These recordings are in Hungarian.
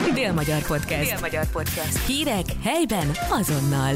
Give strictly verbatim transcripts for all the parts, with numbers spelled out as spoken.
Dél-Magyar Podcast. Dél-Magyar Podcast. Hírek helyben azonnal.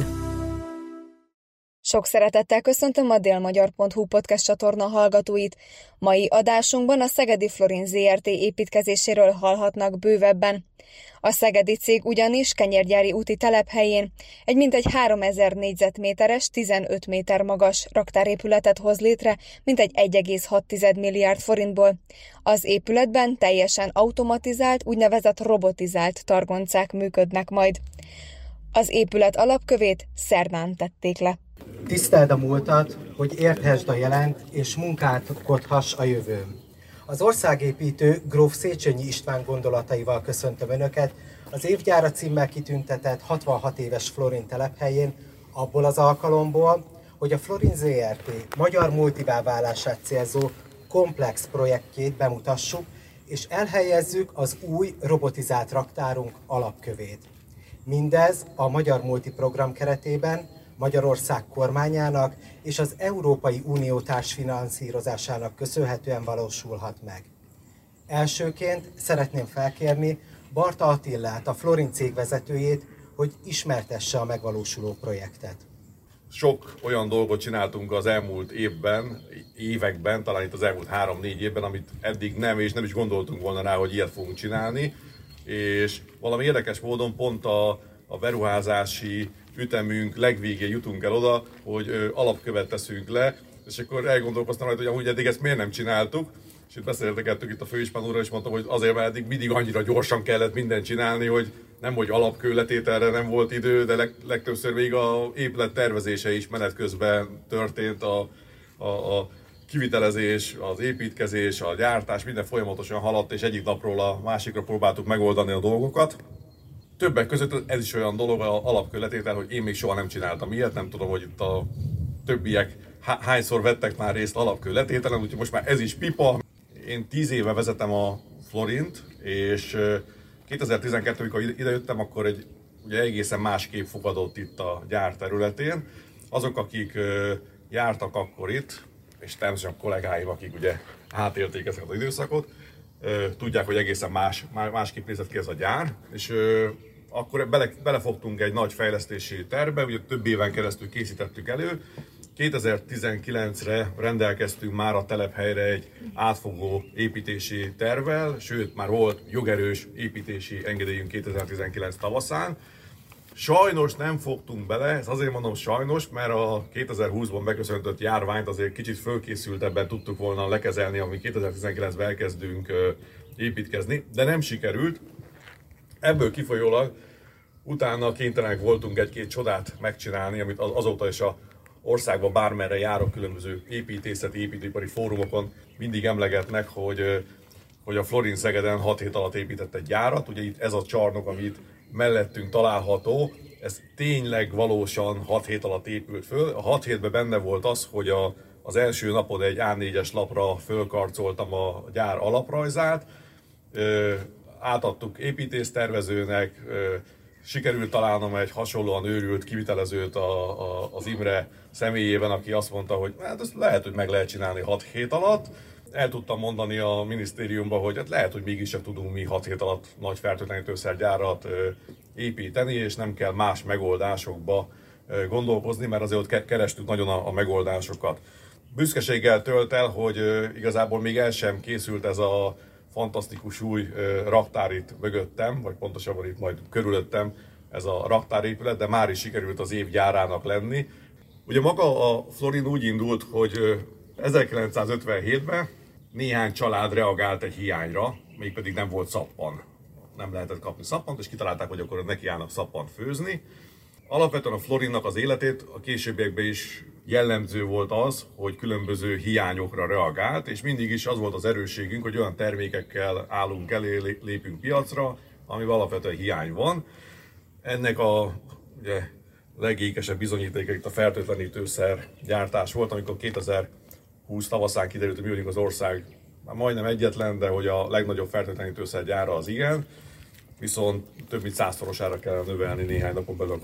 Sok szeretettel köszöntöm a délmagyar pont hu podcast csatorna hallgatóit. Mai adásunkban a Szegedi Florin zé er té építkezéséről hallhatnak bővebben. A szegedi cég ugyanis kenyérgyári úti telephelyén egy mintegy háromezer négyzetméteres, tizenöt méter magas raktárépületet hoz létre, mintegy egy egész hat milliárd forintból. Az épületben teljesen automatizált, úgynevezett robotizált targoncák működnek majd. Az épület alapkövét szerdán tették le. Tiszteld a múltat, hogy érthesd a jelent, és munkálkodhass a jövőn. Az országépítő gróf Széchenyi István gondolataival köszöntöm Önöket az évgyára címmel kitüntetett hatvanhat éves Florin telephelyén, abból az alkalomból, hogy a Florin zé er té magyar multivá válását célzó komplex projektjét bemutassuk, és elhelyezzük az új robotizált raktárunk alapkövét. Mindez a Magyar Multi program keretében Magyarország kormányának és az Európai Unió társfinanszírozásának köszönhetően valósulhat meg. Elsőként szeretném felkérni Barta Attillát, a Florin cég vezetőjét, hogy ismertesse a megvalósuló projektet. Sok olyan dolgot csináltunk az elmúlt évben, években, talán itt az elmúlt három-négy évben, amit eddig nem és nem is gondoltunk volna rá, hogy ilyet fogunk csinálni. És valami érdekes módon pont a, a beruházási ütemünk legvégén jutunk el oda, hogy ö, alapkövet teszünk le, és akkor elgondolkoztam rajta, hogy amúgy eddig ezt miért nem csináltuk, és itt beszélgettük itt a főispán úrral, és mondtam, hogy azért, mert eddig mindig annyira gyorsan kellett mindent csinálni, hogy nem, hogy alapkőletételre nem volt idő, de leg, legtöbbször még a épület tervezése is menet közben történt, a, a, a kivitelezés, az építkezés, a gyártás, minden folyamatosan haladt, és egyik napról a másikra próbáltuk megoldani a dolgokat. Többek között ez is olyan dolog, az alapkőletétel, hogy én még soha nem csináltam ilyet, nem tudom, hogy itt a többiek hányszor vettek már részt alapkőletételen, úgyhogy most már ez is pipa. Én tíz éve vezetem a Florint, és kétezer-tizenkettő, amikor idejöttem, akkor egy ugye egészen más kép fogadott itt a gyár területén. Azok, akik jártak akkor itt, és természetesen a kollégáim, akik ugye átélték ezt az időszakot, tudják, hogy egészen más, másképp nézett ki ez a gyár, és akkor bele, belefogtunk egy nagy fejlesztési tervbe, ugye több éven keresztül készítettük elő. kétezer-tizenkilencre rendelkeztünk már a telephelyre egy átfogó építési tervvel, sőt már volt jogerős építési engedélyünk kétezer-tizenkilenc tavaszán. Sajnos nem fogtunk bele, ezt azért mondom sajnos, mert a kétezer-húszban beköszöntött járványt azért kicsit fölkészültebben tudtuk volna lekezelni, ami kétezer-tizenkilencben elkezdünk építkezni, de nem sikerült. Ebből kifolyólag utána kénytelenek voltunk egy-két csodát megcsinálni, amit azóta is a országban bármerre járok különböző építészeti, építőipari fórumokon mindig emlegetnek, hogy, hogy a Florin Szegeden hat hét alatt épített egy gyárat. Ugye itt ez a csarnok, amit mellettünk található, ez tényleg valósan hat hét alatt épült föl. A hat hétben benne volt az, hogy a, az első napon egy á négyes lapra fölkarcoltam a gyár alaprajzát, ö, átadtuk építésztervezőnek, ö, sikerült találnom egy hasonlóan őrült kivitelezőt a, a, az Imre személyében, aki azt mondta, hogy hát ezt lehet, hogy meg lehet csinálni hat hét alatt. El tudtam mondani a minisztériumban, hogy hát lehet, hogy mégis tudunk mi hat hét alatt nagy fertőtlenítőszergyárat építeni, és nem kell más megoldásokba gondolkozni, mert azért ott kerestük nagyon a, a megoldásokat. Büszkeséggel tölt el, hogy igazából még el sem készült ez a fantasztikus új raktár itt mögöttem, vagy pontosabban itt majd körülöttem ez a raktárépület, de már is sikerült az év gyárának lenni. Ugye maga a Florin úgy indult, hogy ezerkilencszázötvenhétben néhány család reagált egy hiányra, mégpedig nem volt szappan. Nem lehetett kapni szappant, és kitalálták, hogy akkor nekiállnak szappant főzni. Alapvetően a Florinnak az életét a későbbiekben is jellemző volt az, hogy különböző hiányokra reagált, és mindig is az volt az erősségünk, hogy olyan termékekkel állunk elé, lépünk piacra, amivel alapvetően hiány van. Ennek a ugye, legékesebb bizonyítéka itt a fertőtlenítőszer gyártás volt, amikor kétezer-húsz tavaszán kiderült, hogy mi vagyunk az ország már majdnem egyetlen, de hogy a legnagyobb fertőtlenítőszer gyára az igen, viszont több mint százszorosára kellene növelni néhány napon belül a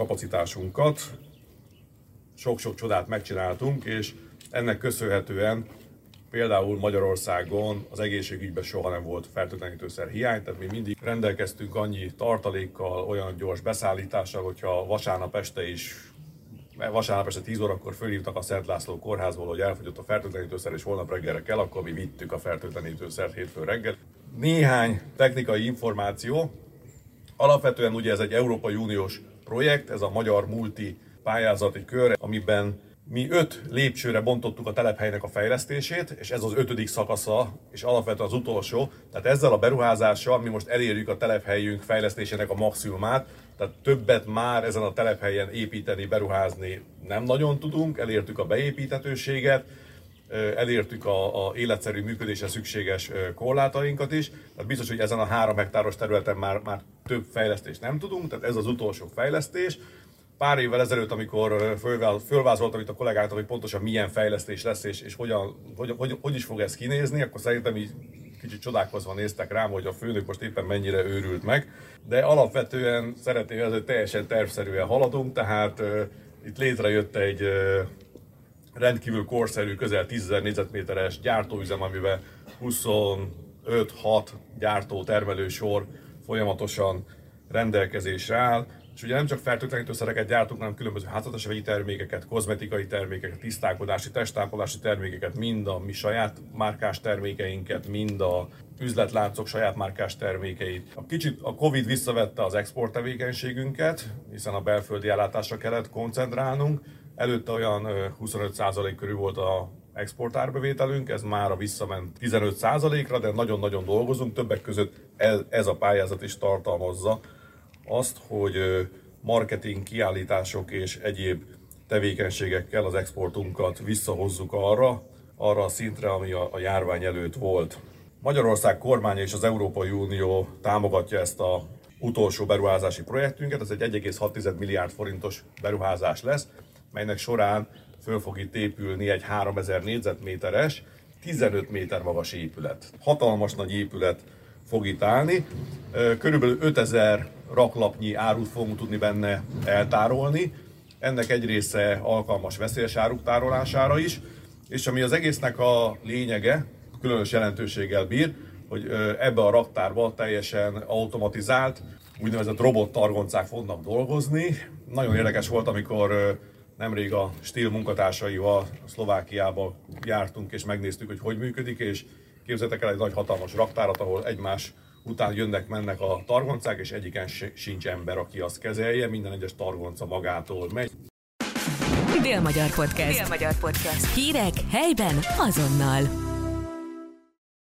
kapacitásunkat. Sok-sok csodát megcsináltunk, és ennek köszönhetően Például Magyarországon az egészségügyben soha nem volt fertőtlenítőszer hiány, tehát mi mindig rendelkeztünk annyi tartalékkal, olyan gyors beszállítással, hogyha vasárnap este is, vasárnap este tíz órakor fölhívtak a Szent László kórházból, hogy elfogyott a fertőtlenítőszer és holnap reggelre kell, akkor mi vittük a fertőtlenítőszert hétfő reggel. Néhány technikai információ. Alapvetően ugye ez egy Európai Uniós projekt, ez a Magyar Multi pályázati kör, amiben mi öt lépcsőre bontottuk a telephelynek a fejlesztését, és ez az ötödik szakasza, és alapvetően az utolsó. Tehát ezzel a beruházással mi most elérjük a telephelyünk fejlesztésének a maximumát, tehát többet már ezen a telephelyen építeni, beruházni nem nagyon tudunk, elértük a beépíthetőséget, elértük a, a életszerű működésre szükséges korlátainkat is, tehát biztos, hogy ezen a három hektáros területen már, már több fejlesztést nem tudunk, tehát ez az utolsó fejlesztés. Pár évvel ezelőtt, amikor fölvázoltam itt a kollégáknak, hogy pontosan milyen fejlesztés lesz, és, és hogyan, hogy, hogy, hogy is fog ez kinézni, akkor szerintem így kicsit csodálkozva néztek rám, hogy a főnök most éppen mennyire őrült meg. De alapvetően szeretném, hogy teljesen tervszerűen haladunk, tehát uh, itt létrejött egy uh, rendkívül korszerű, közel tízezer négyzetméteres gyártóüzem, amiben huszonöt-hat gyártó termelősor folyamatosan rendelkezésre áll. És ugye nem csak fertőtlenítőszereket gyártunk, hanem különböző háztartási termékeket, kozmetikai termékeket, tisztálkodási, testápolási termékeket, mind a mi saját márkás termékeinket, mind a üzletláncok saját márkás termékeit. A kicsit a Covid visszavette az export tevékenységünket, hiszen a belföldi ellátásra kellett koncentrálnunk. Előtte olyan huszonöt százalék körül volt a exportárbevételünk, ez már visszament tizenöt százalékra, de nagyon-nagyon dolgozunk, többek között ez a pályázat is tartalmazza azt, hogy marketing, kiállítások és egyéb tevékenységekkel az exportunkat visszahozzuk arra, arra a szintre, ami a, a járvány előtt volt. Magyarország kormánya és az Európai Unió támogatja ezt az utolsó beruházási projektünket, ez egy egy egész hat milliárd forintos beruházás lesz, melynek során föl fog itt épülni egy háromezer négyzetméteres, tizenöt méter magas épület. Hatalmas nagy épület fog itt állni. Körülbelül ötezer raklapnyi árut fogunk tudni benne eltárolni. Ennek egy része alkalmas veszélyes áruk tárolására is, és ami az egésznek a lényege, különös jelentőséggel bír, hogy ebbe a raktárba teljesen automatizált, úgynevezett robot targoncák fognak dolgozni. Nagyon érdekes volt, amikor nemrég a Stihl munkatársaival Szlovákiába jártunk és megnéztük, hogy hogy működik, és képzeljétek el egy nagy hatalmas raktárat, ahol egymás után jönnek-mennek a targoncák, és egyiken sincs ember, aki azt kezelje, minden egyes targonca magától megy. Dél-Magyar Podcast. Dél-Magyar Podcast. Hírek helyben azonnal.